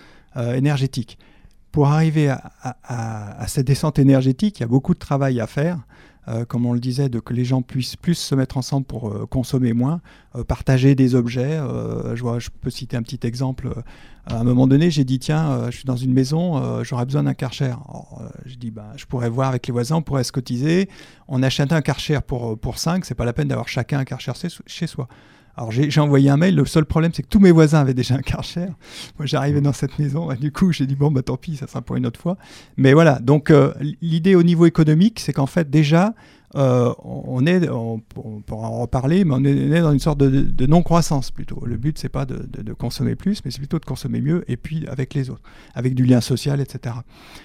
énergétique. Pour arriver à cette descente énergétique, il y a beaucoup de travail à faire. comme on le disait, que les gens puissent plus se mettre ensemble pour consommer moins, partager des objets. Je peux citer un petit exemple. À un moment donné, j'ai dit, tiens, je suis dans une maison, j'aurais besoin d'un Karcher. Je dis, je pourrais voir avec les voisins, on pourrait se cotiser. On achète un Karcher pour 5, c'est pas la peine d'avoir chacun un Karcher chez soi. Alors j'ai envoyé un mail, le seul problème c'est que tous mes voisins avaient déjà un Karcher. Moi j'arrivais dans cette maison et du coup j'ai dit tant pis, ça sera pour une autre fois. Mais voilà, donc l'idée au niveau économique c'est qu'en fait déjà on pourra en reparler, mais on est dans une sorte de non-croissance plutôt. Le but c'est pas de consommer plus, mais c'est plutôt de consommer mieux et puis avec les autres, avec du lien social, etc.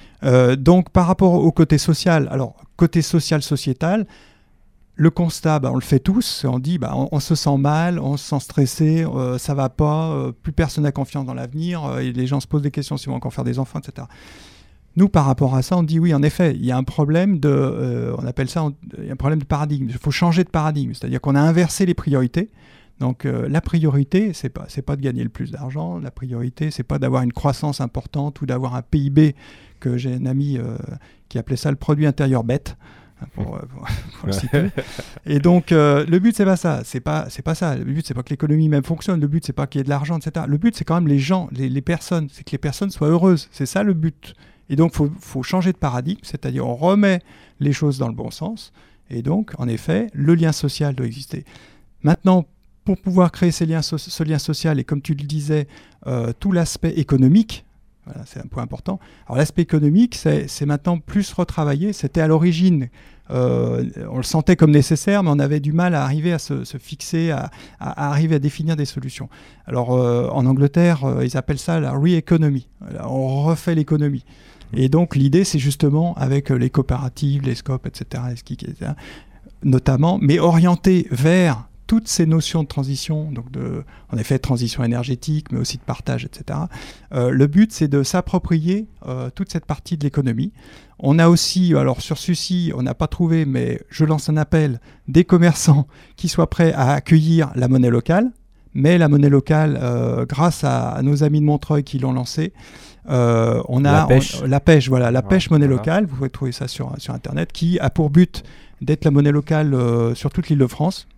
Donc par rapport au côté social, alors côté social-sociétal, le constat, on le fait tous, on dit on se sent mal, on se sent stressé, ça va pas, plus personne n'a confiance dans l'avenir, et les gens se posent des questions s'ils vont encore faire des enfants, etc. Nous, par rapport à ça, on dit oui, en effet, il y a un problème on appelle ça il y a un problème de paradigme. Il faut changer de paradigme, c'est-à-dire qu'on a inversé les priorités. Donc la priorité, c'est pas de gagner le plus d'argent, la priorité, c'est pas d'avoir une croissance importante ou d'avoir un PIB, que j'ai un ami qui appelait ça le produit intérieur bête. Pour le citer. Et donc le but c'est pas ça, c'est pas ça. Le but c'est pas que l'économie même fonctionne. Le but c'est pas qu'il y ait de l'argent, etc. Le but c'est quand même les gens, les personnes, c'est que les personnes soient heureuses. C'est ça le but. Et donc faut changer de paradigme, c'est-à-dire on remet les choses dans le bon sens. Et donc en effet le lien social doit exister. Maintenant pour pouvoir créer ce lien social et comme tu le disais tout l'aspect économique. Voilà, c'est un point important. Alors l'aspect économique, c'est maintenant plus retravaillé. C'était à l'origine, on le sentait comme nécessaire, mais on avait du mal à arriver à se fixer, à arriver à définir des solutions. Alors en Angleterre, ils appellent ça la re-economy. On refait l'économie. Et donc l'idée, c'est justement avec les coopératives, les SCOP, etc., notamment, mais orienté vers toutes ces notions de transition, donc en effet transition énergétique, mais aussi de partage, etc. Le but, c'est de s'approprier toute cette partie de l'économie. On a aussi, alors sur ceci, on n'a pas trouvé, mais je lance un appel, des commerçants qui soient prêts à accueillir la monnaie locale, mais la monnaie locale, grâce à nos amis de Montreuil qui l'ont lancée, on a la pêche, pêche monnaie locale, vous pouvez trouver ça sur Internet, qui a pour but d'être la monnaie locale sur toute l'île de France.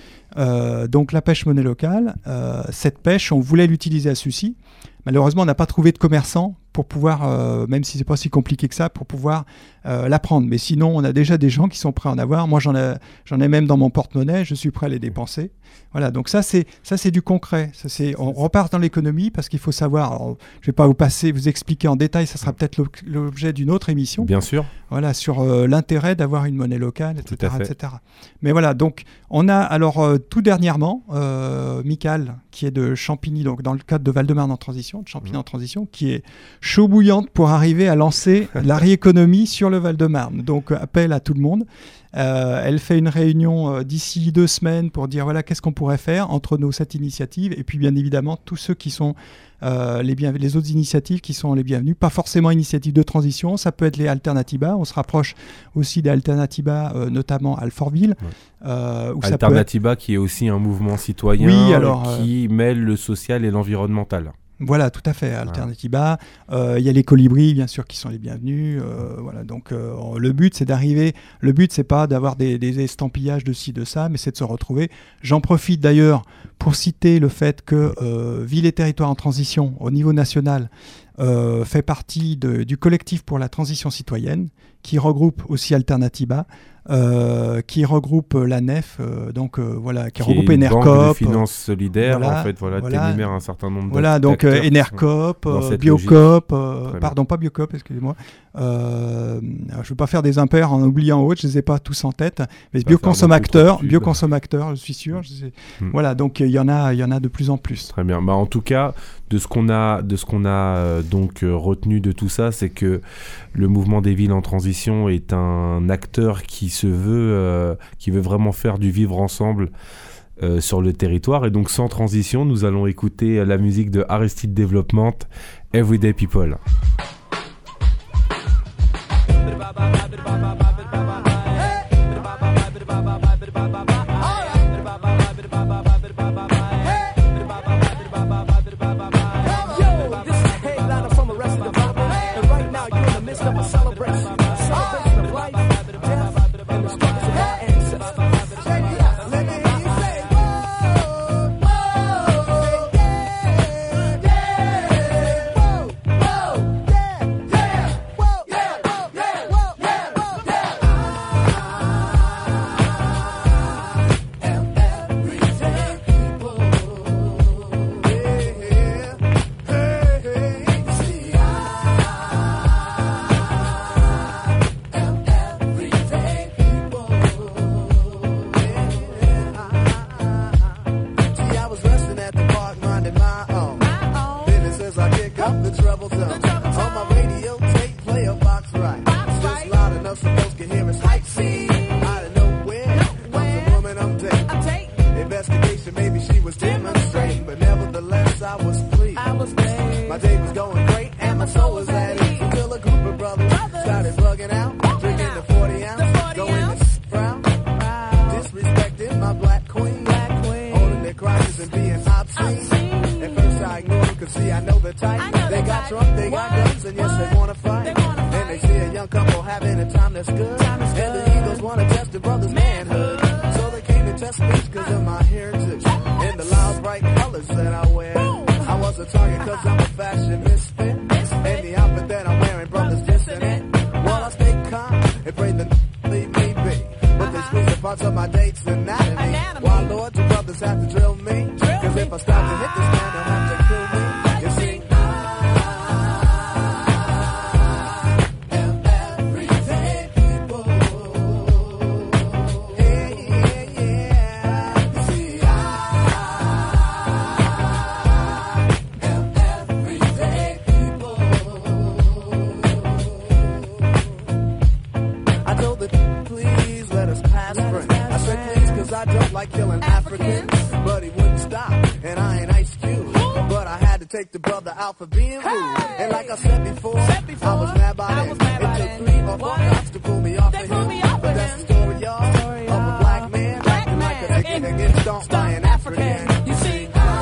Donc la pêche monnaie locale, cette pêche, on voulait l'utiliser à Sucy. Malheureusement, on n'a pas trouvé de commerçants pour pouvoir, même si c'est pas si compliqué que ça, pour pouvoir l'apprendre. Mais sinon, on a déjà des gens qui sont prêts à en avoir. Moi, j'en ai même dans mon porte-monnaie. Je suis prêt à les dépenser. Voilà. Donc ça, c'est du concret. On repart dans l'économie parce qu'il faut savoir. Alors, je vais pas vous expliquer en détail. Ça sera peut-être l'objet d'une autre émission. Bien sûr. Voilà, sur l'intérêt d'avoir une monnaie locale, etc., etc. Mais voilà. Donc, on a alors tout dernièrement, Michael, qui est de Champigny, donc dans le cadre de Val-de-Marne en transition, de Champigny en transition, qui est chaud bouillante pour arriver à lancer la rééconomie sur le Val-de-Marne. Donc appel à tout le monde. Elle fait une réunion d'ici 2 semaines pour dire voilà qu'est-ce qu'on pourrait faire entre cette initiative et puis bien évidemment tous ceux qui sont les autres initiatives qui sont les bienvenues. Pas forcément initiatives de transition, ça peut être les Alternativa. On se rapproche aussi des Alternativa, notamment à Alfortville. Alternativa qui est aussi un mouvement citoyen qui mêle le social et l'environnemental. Voilà, tout à fait. Alternativa. Il y a les colibris, bien sûr, qui sont les bienvenus. Voilà. Donc, le but, c'est d'arriver. Le but, c'est pas d'avoir des estampillages de ci, de ça, mais c'est de se retrouver. J'en profite d'ailleurs pour citer le fait que Villes et Territoires en Transition, au niveau national, fait partie du collectif pour la transition citoyenne, qui regroupe aussi Alternativa, qui regroupe la NEF, qui regroupe Enercop. Banque de finances solidaires, t'énumères un certain nombre d'acteurs. Voilà, donc Enercop, Biocop, pas Biocop, excusez-moi. Je ne veux pas faire des impairs en oubliant autre, je ne les ai pas tous en tête, mais Bioconsomacteur, je suis sûr. Voilà, donc il y en a de plus en plus. Très bien. En tout cas, de ce qu'on a donc retenu de tout ça, c'est que le mouvement des villes en transition est un acteur qui veut vraiment faire du vivre ensemble sur le territoire. Et donc sans transition, nous allons écouter la musique de Aristide Development, Everyday People. Of a celebration of life, death, and the struggle. tight. They got drunk, they got guns, and yes, they wanna fight. And they see a young couple having a time that's good. And the Eagles wanna test the brother's manhood. So they came to test me because of my heritage and the loud, bright colors that I wear. I was a target because I'm a fashion misfit. And the outfit that I'm wearing, brothers dissing it. Well, I stay calm and pray the leave me be. But they squeeze the parts of my date's anatomy. Why, Lord, you brothers have to drill me? Cause if I stop to hit this man, they'll have to kill me. You see, I am everyday people. Yeah, yeah, yeah. You see, I am everyday people. I told the please let us pass friends. I said please cause I don't like killing Africans. But he wouldn't stop, and I ain't Ice Cube. But I had to take the brother out for being rude. And like I said before, I was mad by it. It took 3 or 4 cops to pull me off the hill. But that's the story, y'all, of a black man acting like a chicken that gets stomped by an African. You see,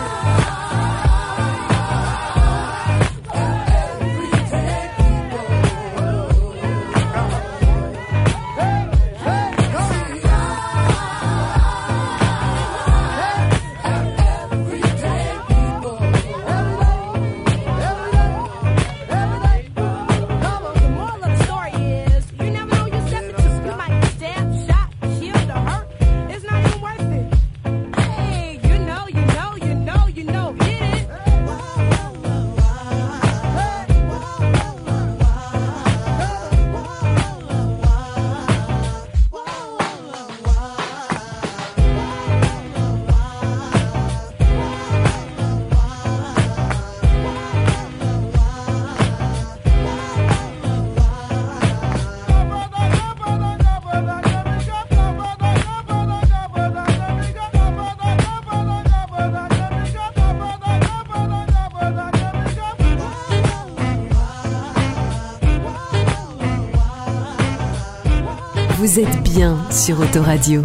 Vous êtes bien sur Autoradio.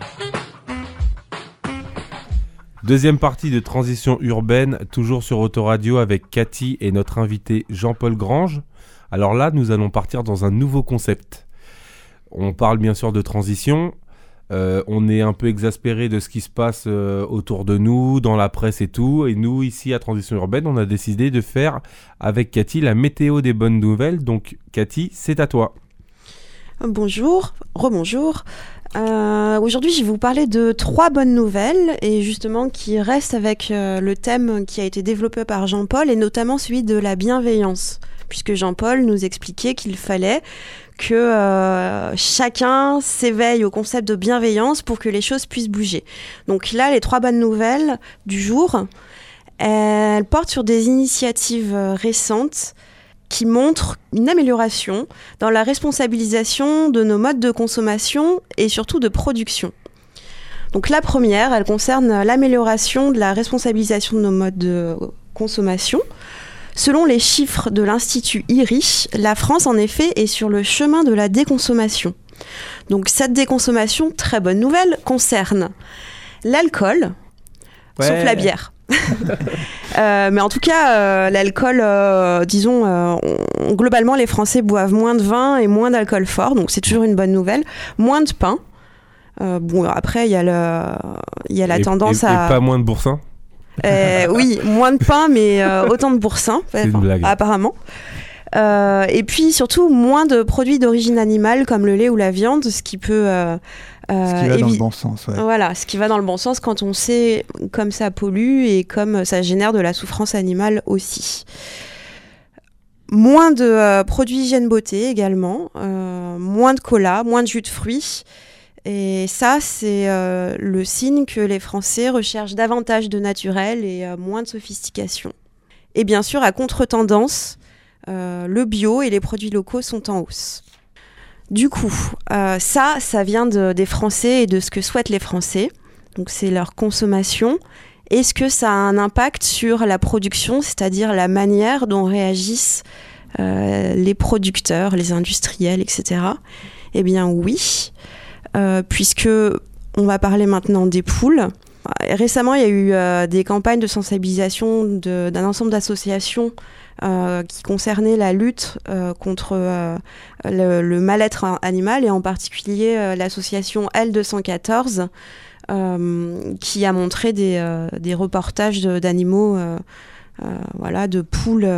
Deuxième partie de Transition urbaine, toujours sur Autoradio avec Cathy et notre invité Jean-Paul Grange. Alors là, nous allons partir dans un nouveau concept. On parle bien sûr de transition. On est un peu exaspéré de ce qui se passe autour de nous, dans la presse et tout. Et nous, ici à Transition urbaine, on a décidé de faire avec Cathy la météo des bonnes nouvelles. Donc Cathy, c'est à toi. Bonjour, rebonjour. Aujourd'hui, je vais vous parler de 3 bonnes nouvelles et justement qui restent avec le thème qui a été développé par Jean-Paul et notamment celui de la bienveillance, puisque Jean-Paul nous expliquait qu'il fallait que chacun s'éveille au concept de bienveillance pour que les choses puissent bouger. Donc là, les 3 bonnes nouvelles du jour, elles portent sur des initiatives récentes qui montre une amélioration dans la responsabilisation de nos modes de consommation et surtout de production. Donc la première, elle concerne l'amélioration de la responsabilisation de nos modes de consommation. Selon les chiffres de l'Institut IRI, la France en effet est sur le chemin de la déconsommation. Donc cette déconsommation, très bonne nouvelle, concerne l'alcool, sauf la bière. Mais en tout cas, l'alcool, disons, globalement, les Français boivent moins de vin et moins d'alcool fort, donc c'est toujours une bonne nouvelle. Moins de pain. Bon, après, il y a la tendance à... Et pas moins de boursin. Oui, moins de pain, mais autant de boursin, apparemment. Et puis surtout, moins de produits d'origine animale comme le lait ou la viande, ce qui peut... ce qui va dans le bon sens, ouais. Voilà, ce qui va dans le bon sens quand on sait comme ça pollue et comme ça génère de la souffrance animale aussi. Moins de produits hygiène beauté également, moins de cola, moins de jus de fruits. Et ça, c'est le signe que les Français recherchent davantage de naturel et moins de sophistication. Et bien sûr, à contre-tendance, le bio et les produits locaux sont en hausse. Du coup, ça vient des Français et de ce que souhaitent les Français. Donc c'est leur consommation. Est-ce que ça a un impact sur la production, c'est-à-dire la manière dont réagissent les producteurs, les industriels, etc. Eh bien oui, puisque on va parler maintenant des poules. récemment, il y a eu des campagnes de sensibilisation d'un ensemble d'associations qui concernaient la lutte contre le mal-être animal, et en particulier l'association L214 qui a montré des reportages d'animaux, de poules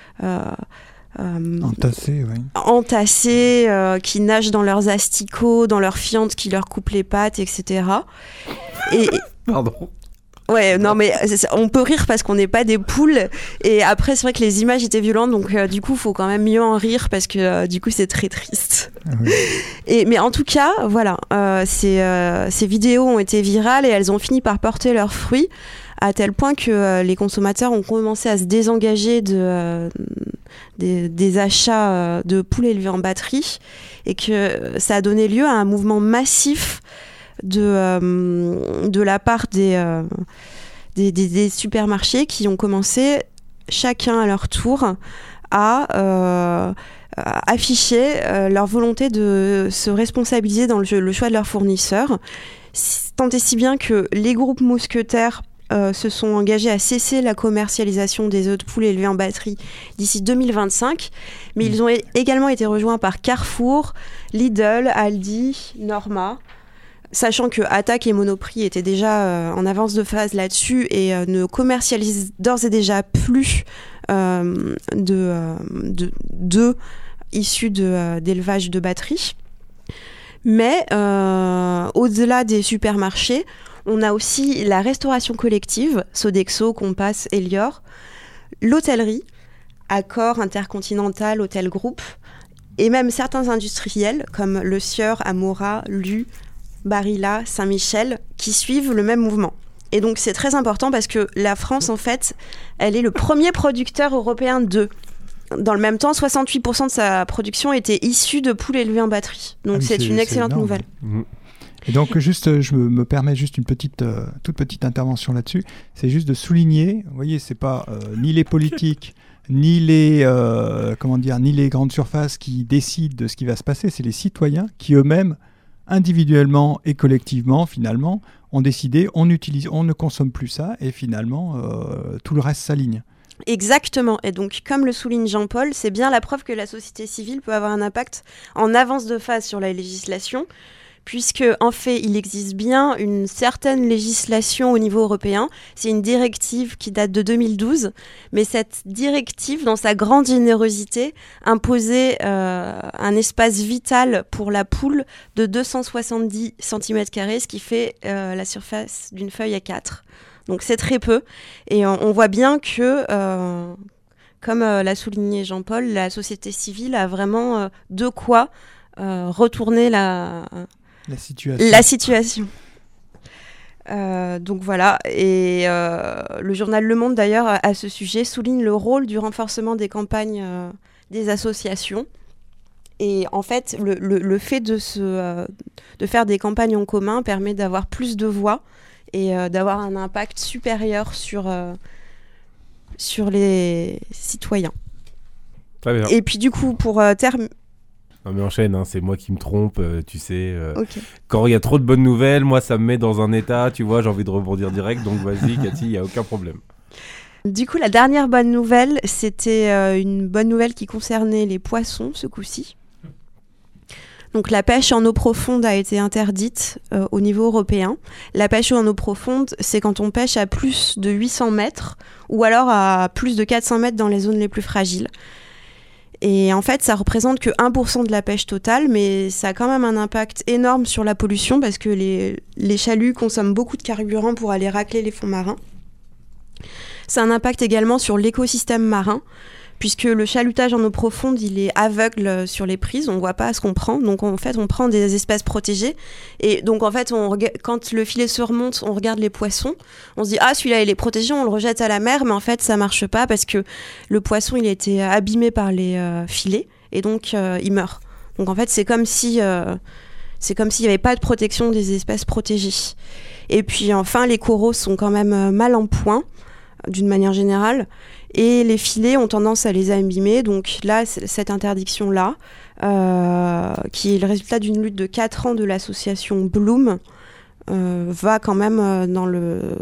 entassés, qui nagent dans leurs asticots, dans leurs fientes qui leur coupent les pattes, etc. Pardon. Ouais, non, mais on peut rire parce qu'on n'est pas des poules. Et après, c'est vrai que les images étaient violentes, donc du coup, il faut quand même mieux en rire parce que du coup, c'est très triste. Oui. Mais en tout cas, voilà, ces vidéos ont été virales et elles ont fini par porter leurs fruits, à tel point que les consommateurs ont commencé à se désengager des achats de poules élevées en batterie, et que ça a donné lieu à un mouvement massif de la part des supermarchés qui ont commencé chacun à leur tour à afficher leur volonté de se responsabiliser dans le choix de leurs fournisseurs, tant et si bien que les groupes mousquetaires se sont engagés à cesser la commercialisation des œufs de poule élevés en batterie d'ici 2025, mais ils ont également été rejoints par Carrefour, Lidl, Aldi, Norma, sachant que Attaque et Monoprix étaient déjà en avance de phase là-dessus et ne commercialisent d'ores et déjà plus d'œufs issus d'élevage de batterie. Mais au-delà des supermarchés, on a aussi la restauration collective, Sodexo, Compass, Elior, l'hôtellerie, Accor, Intercontinental, Hôtel Group, et même certains industriels comme Le Sieur, Amora, Lu, Barilla, Saint-Michel, qui suivent le même mouvement. Et donc c'est très important parce que la France, en fait, elle est le premier producteur européen d'œufs. Dans le même temps, 68% de sa production était issue de poules élevées en batterie. Donc c'est une excellente nouvelle. Et donc juste, je me permets juste une toute petite intervention là-dessus. C'est juste de souligner, vous voyez, c'est pas ni les politiques, ni les grandes surfaces qui décident de ce qui va se passer. C'est les citoyens qui eux-mêmes, individuellement et collectivement, finalement, ont décidé, on ne consomme plus ça, et finalement, tout le reste s'aligne. Exactement. Et donc, comme le souligne Jean-Paul, c'est bien la preuve que la société civile peut avoir un impact en avance de phase sur la législation, puisque, en fait, il existe bien une certaine législation au niveau européen. C'est une directive qui date de 2012, mais cette directive, dans sa grande générosité, imposait un espace vital pour la poule de 270 cm², ce qui fait la surface d'une feuille A4. Donc c'est très peu, et on voit bien que, comme l'a souligné Jean-Paul, la société civile a vraiment de quoi retourner la situation. Donc voilà, et le journal Le Monde d'ailleurs à ce sujet souligne le rôle du renforcement des campagnes des associations. Et en fait, le fait de faire des campagnes en commun permet d'avoir plus de voix et d'avoir un impact supérieur sur les citoyens. Très bien. Et puis du coup, pour terminer... Non mais enchaîne, hein, c'est moi qui me trompe, tu sais. Okay. Quand il y a trop de bonnes nouvelles, moi ça me met dans un état, tu vois, j'ai envie de rebondir direct, donc vas-y Cathy, il n'y a aucun problème. Du coup, la dernière bonne nouvelle, c'était une bonne nouvelle qui concernait les poissons ce coup-ci. Donc la pêche en eau profonde a été interdite au niveau européen. La pêche en eau profonde, c'est quand on pêche à plus de 800 mètres ou alors à plus de 400 mètres dans les zones les plus fragiles. Et en fait, ça représente que 1% de la pêche totale, mais ça a quand même un impact énorme sur la pollution parce que les chaluts consomment beaucoup de carburant pour aller racler les fonds marins. Ça a un impact également sur l'écosystème marin, puisque le chalutage en eau profonde, il est aveugle sur les prises, on ne voit pas ce qu'on prend. Donc en fait, on prend des espèces protégées. Et donc en fait, quand le filet se remonte, on regarde les poissons. On se dit, ah, celui-là, il est protégé, on le rejette à la mer. Mais en fait, ça ne marche pas parce que le poisson, il a été abîmé par les filets. Et donc, il meurt. Donc en fait, c'est comme s'il n'y avait pas de protection des espèces protégées. Et puis enfin, les coraux sont quand même mal en point, d'une manière générale. Et les filets ont tendance à les abîmer. Donc là, cette interdiction-là, qui est le résultat d'une lutte de 4 ans de l'association Bloom, va quand même dans le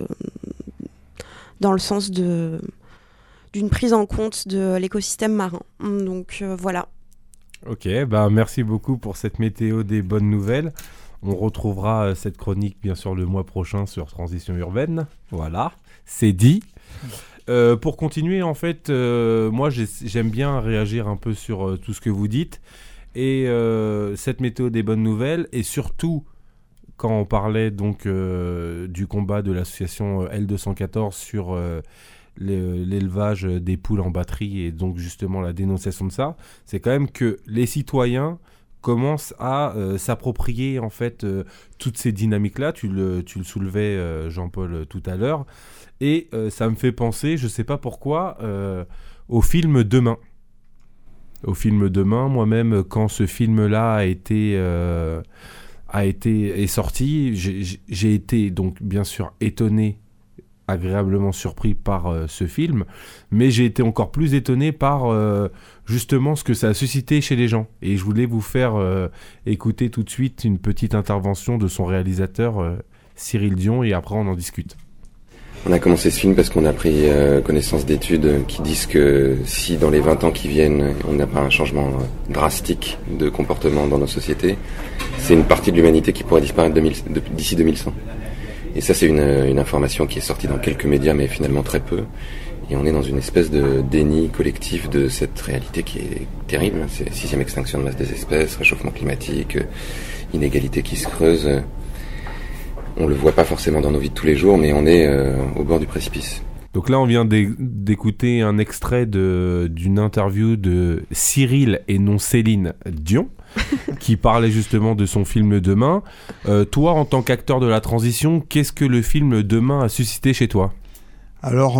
sens d'une prise en compte de l'écosystème marin. Donc voilà. Ok, merci beaucoup pour cette météo des bonnes nouvelles. On retrouvera cette chronique bien sûr le mois prochain sur Transition Urbaine. Voilà, c'est dit. Pour continuer, en fait, moi j'aime bien réagir un peu sur tout ce que vous dites. Et cette météo des bonnes nouvelles, et surtout quand on parlait donc du combat de l'association L214 sur l'élevage des poules en batterie et donc justement la dénonciation de ça, c'est quand même que les citoyens commencent à s'approprier en fait toutes ces dynamiques-là. Tu le soulevais, Jean-Paul, tout à l'heure. Et ça me fait penser, je sais pas pourquoi, au film Demain. Au film Demain, moi-même, quand ce film-là est sorti, j'ai été donc bien sûr étonné, agréablement surpris par ce film, mais j'ai été encore plus étonné par justement ce que ça a suscité chez les gens. Et je voulais vous faire écouter tout de suite une petite intervention de son réalisateur, Cyril Dion, et après on en discute. On a commencé ce film parce qu'on a pris connaissance d'études qui disent que si dans les 20 ans qui viennent, on n'a pas un changement drastique de comportement dans nos sociétés, c'est une partie de l'humanité qui pourrait disparaître d'ici 2100. Et ça, c'est une information qui est sortie dans quelques médias, mais finalement très peu. Et on est dans une espèce de déni collectif de cette réalité qui est terrible. C'est 6e extinction de masse des espèces, réchauffement climatique, inégalité qui se creuse. On le voit pas forcément dans nos vies de tous les jours, mais on est au bord du précipice. Donc là, on vient d'écouter un extrait d'une interview de Cyril et non Céline Dion, qui parlait justement de son film Demain. Toi, en tant qu'acteur de la transition, qu'est-ce que le film Demain a suscité chez toi ? Alors,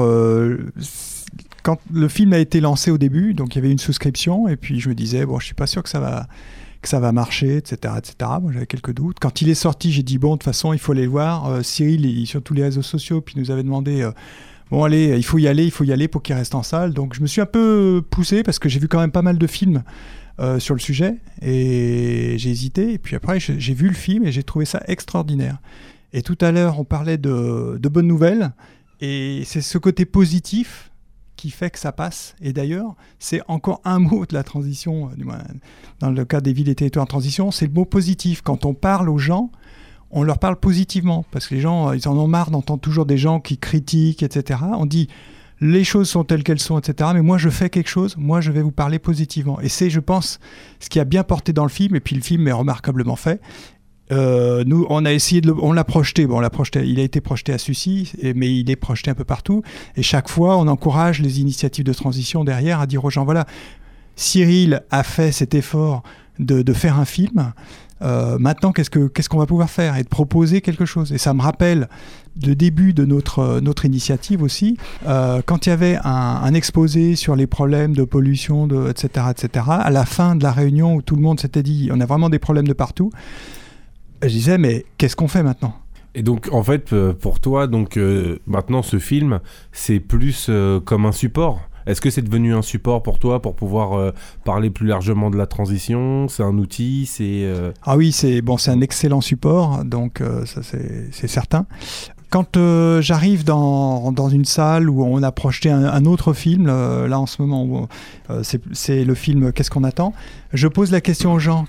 quand le film a été lancé au début, donc il y avait une souscription, et puis je me disais, bon, je suis pas sûr que ça va marcher, etc., etc. Moi, j'avais quelques doutes. Quand il est sorti, j'ai dit, bon, de toute façon, il faut aller le voir. Cyril, il est sur tous les réseaux sociaux, puis il nous avait demandé, bon, allez, il faut y aller pour qu'il reste en salle. Donc, je me suis un peu poussé, parce que j'ai vu quand même pas mal de films sur le sujet, et j'ai hésité. Et puis après, j'ai vu le film, et j'ai trouvé ça extraordinaire. Et tout à l'heure, on parlait de bonnes nouvelles, et c'est ce côté positif qui fait que ça passe. Et d'ailleurs, c'est encore un mot de la transition, dans le cas des villes et territoires en transition, c'est le mot positif. Quand on parle aux gens, on leur parle positivement, parce que les gens, ils en ont marre d'entendre toujours des gens qui critiquent, etc. On dit, les choses sont telles qu'elles sont, etc. Mais moi, je fais quelque chose, moi, je vais vous parler positivement. Et c'est, je pense, ce qui a bien porté dans le film, et puis le film est remarquablement fait. Nous, on a essayé on l'a projeté. Bon, il a été projeté à Sucy, mais il est projeté un peu partout. Et chaque fois, on encourage les initiatives de transition derrière à dire aux gens, voilà, Cyril a fait cet effort de faire un film. Maintenant, qu'est-ce qu'on va pouvoir faire et de proposer quelque chose. Et ça me rappelle le début de notre initiative aussi, quand il y avait un exposé sur les problèmes de pollution, etc., à la fin de la réunion où tout le monde s'était dit, on a vraiment des problèmes de partout. Je disais, mais qu'est-ce qu'on fait maintenant ? Et donc, en fait, pour toi, maintenant, ce film, c'est plus comme un support. Est-ce que c'est devenu un support pour toi pour pouvoir parler plus largement de la transition ? C'est un outil ? Ah oui, c'est un excellent support, donc ça c'est certain. Quand j'arrive dans une salle où on a projeté un autre film, là en ce moment, c'est le film Qu'est-ce qu'on attend ? Je pose la question aux gens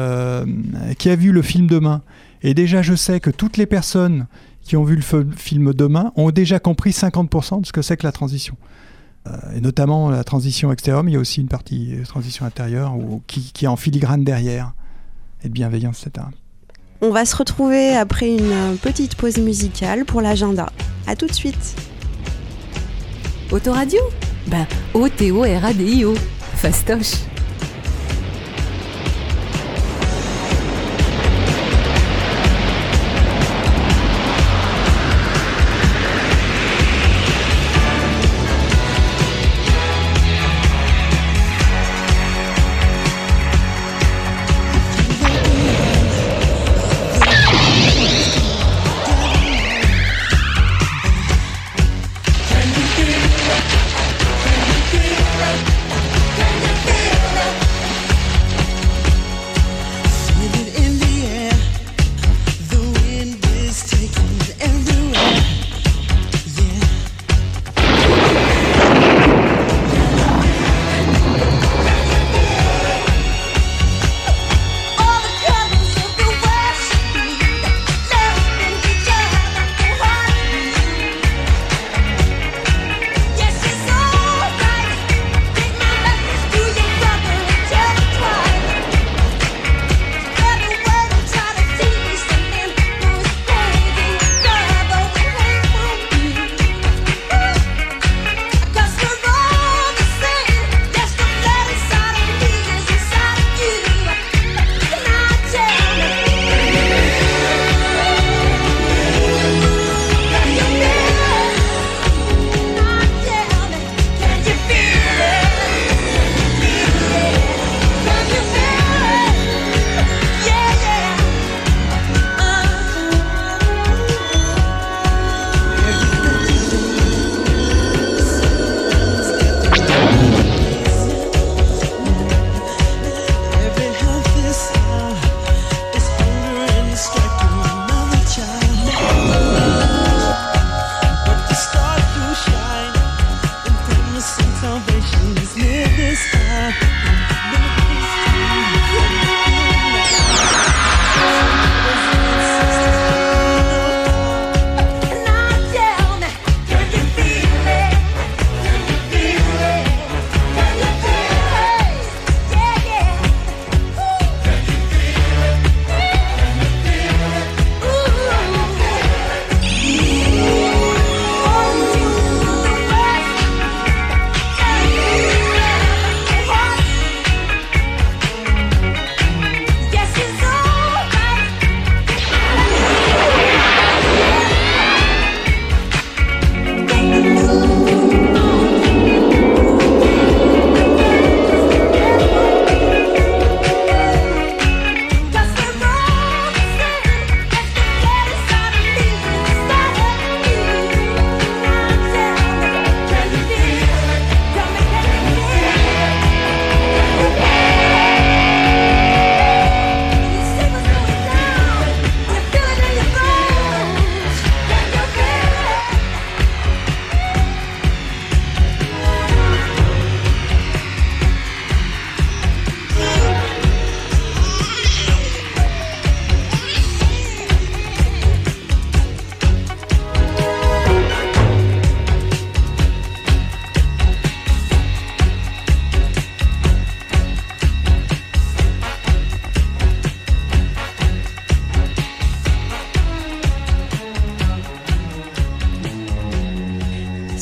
qui a vu le film Demain. Et déjà, je sais que toutes les personnes qui ont vu le film Demain ont déjà compris 50% de ce que c'est que la transition. Et notamment la transition extérieure, mais il y a aussi une partie transition intérieure qui est en filigrane derrière, et de bienveillance, etc. On va se retrouver après une petite pause musicale pour l'agenda. À tout de suite. Autoradio ? O-T-O-R-A-D-I-O. Fastoche. Can you feel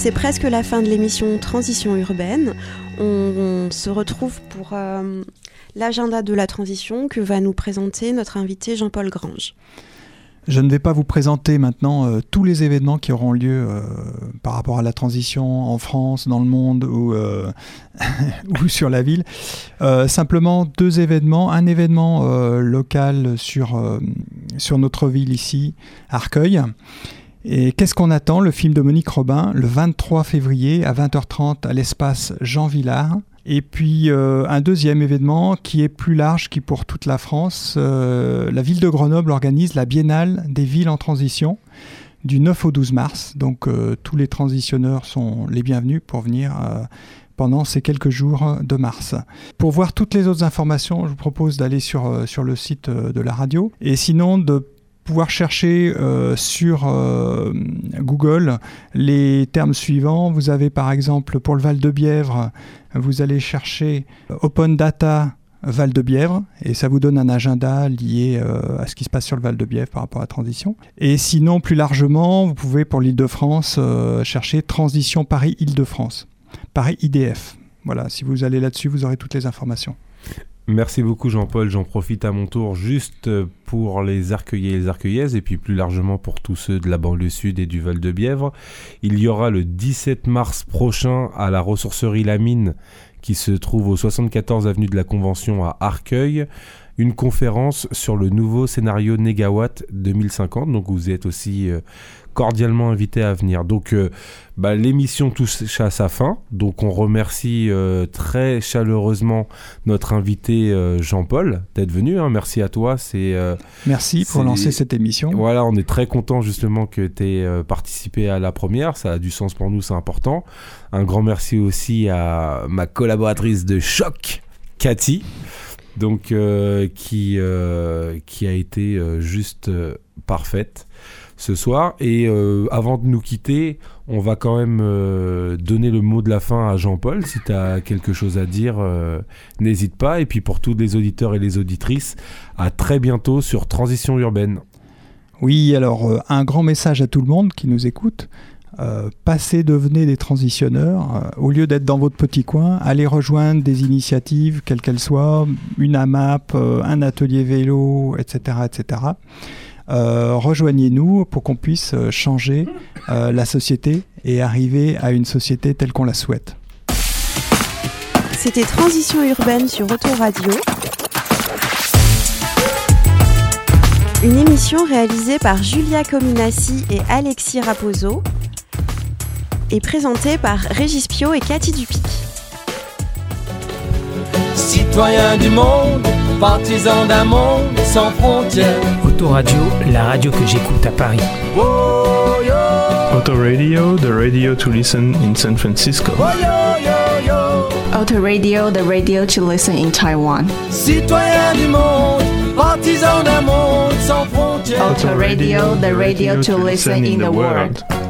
c'est presque la fin de l'émission Transition urbaine. On se retrouve pour l'agenda de la transition que va nous présenter notre invité Jean-Paul Grange. Je ne vais pas vous présenter maintenant tous les événements qui auront lieu par rapport à la transition en France, dans le monde ou sur la ville. Simplement 2 événements. Un événement local sur notre ville ici, Arcueil. Et qu'est-ce qu'on attend? Le film de Monique Robin, le 23 février à 20h30 à l'espace Jean Villard. Et puis un deuxième événement qui est plus large, qui pour toute la France, la ville de Grenoble organise la Biennale des villes en transition du 9 au 12 mars. Donc tous les transitionneurs sont les bienvenus pour venir pendant ces quelques jours de mars. Pour voir toutes les autres informations, je vous propose d'aller sur le site de la radio. Et sinon, de pouvoir chercher sur Google les termes suivants. Vous avez par exemple pour le Val-de-Bièvre, vous allez chercher Open Data Val-de-Bièvre et ça vous donne un agenda lié à ce qui se passe sur le Val-de-Bièvre par rapport à la transition. Et sinon, plus largement, vous pouvez pour l'Île-de-France chercher Transition Paris Île-de-France, Paris IDF. Voilà, si vous allez là-dessus, vous aurez toutes les informations. Merci beaucoup Jean-Paul, j'en profite à mon tour juste pour les Arcueillais et les Arcueillaises et puis plus largement pour tous ceux de la banlieue sud et du Val-de-Bièvre. Il y aura le 17 mars prochain à la ressourcerie La Mine qui se trouve au 74 avenue de la Convention à Arcueil, une conférence sur le nouveau scénario Négawatt 2050, donc vous êtes aussi cordialement invité à venir. Donc l'émission touche à sa fin, donc on remercie très chaleureusement notre invité Jean-Paul d'être venu, hein. Merci à toi. Merci pour lancer cette émission. Voilà, on est très content justement que tu aies participé à la première, ça a du sens pour nous, c'est important. Un grand merci aussi à ma collaboratrice de choc, Cathy, donc qui a été juste parfaite ce soir. Et avant de nous quitter, on va quand même donner le mot de la fin à Jean-Paul. Si tu as quelque chose à dire, n'hésite pas. Et puis pour tous les auditeurs et les auditrices, à très bientôt sur Transition Urbaine. Oui, alors un grand message à tout le monde qui nous écoute. Passez, devenez des transitionneurs. Au lieu d'être dans votre petit coin, allez rejoindre des initiatives, quelles qu'elles soient, une AMAP, un atelier vélo, etc. etc. Rejoignez-nous pour qu'on puisse changer la société et arriver à une société telle qu'on la souhaite. C'était Transition urbaine sur Autoradio. Une émission réalisée par Julia Cominassi et Alexis Raposo et présentée par Régis Pio et Cathy Dupic. Citoyens du monde, partisans d'un monde sans frontières. Autoradio, la radio que j'écoute à Paris. Oh, yo. Autoradio, the radio to listen in San Francisco. Oh, yo, yo, yo. Autoradio, the radio to listen in Taiwan. Citoyens du monde, partisans d'un monde sans frontières. Autoradio, the radio to listen in the world.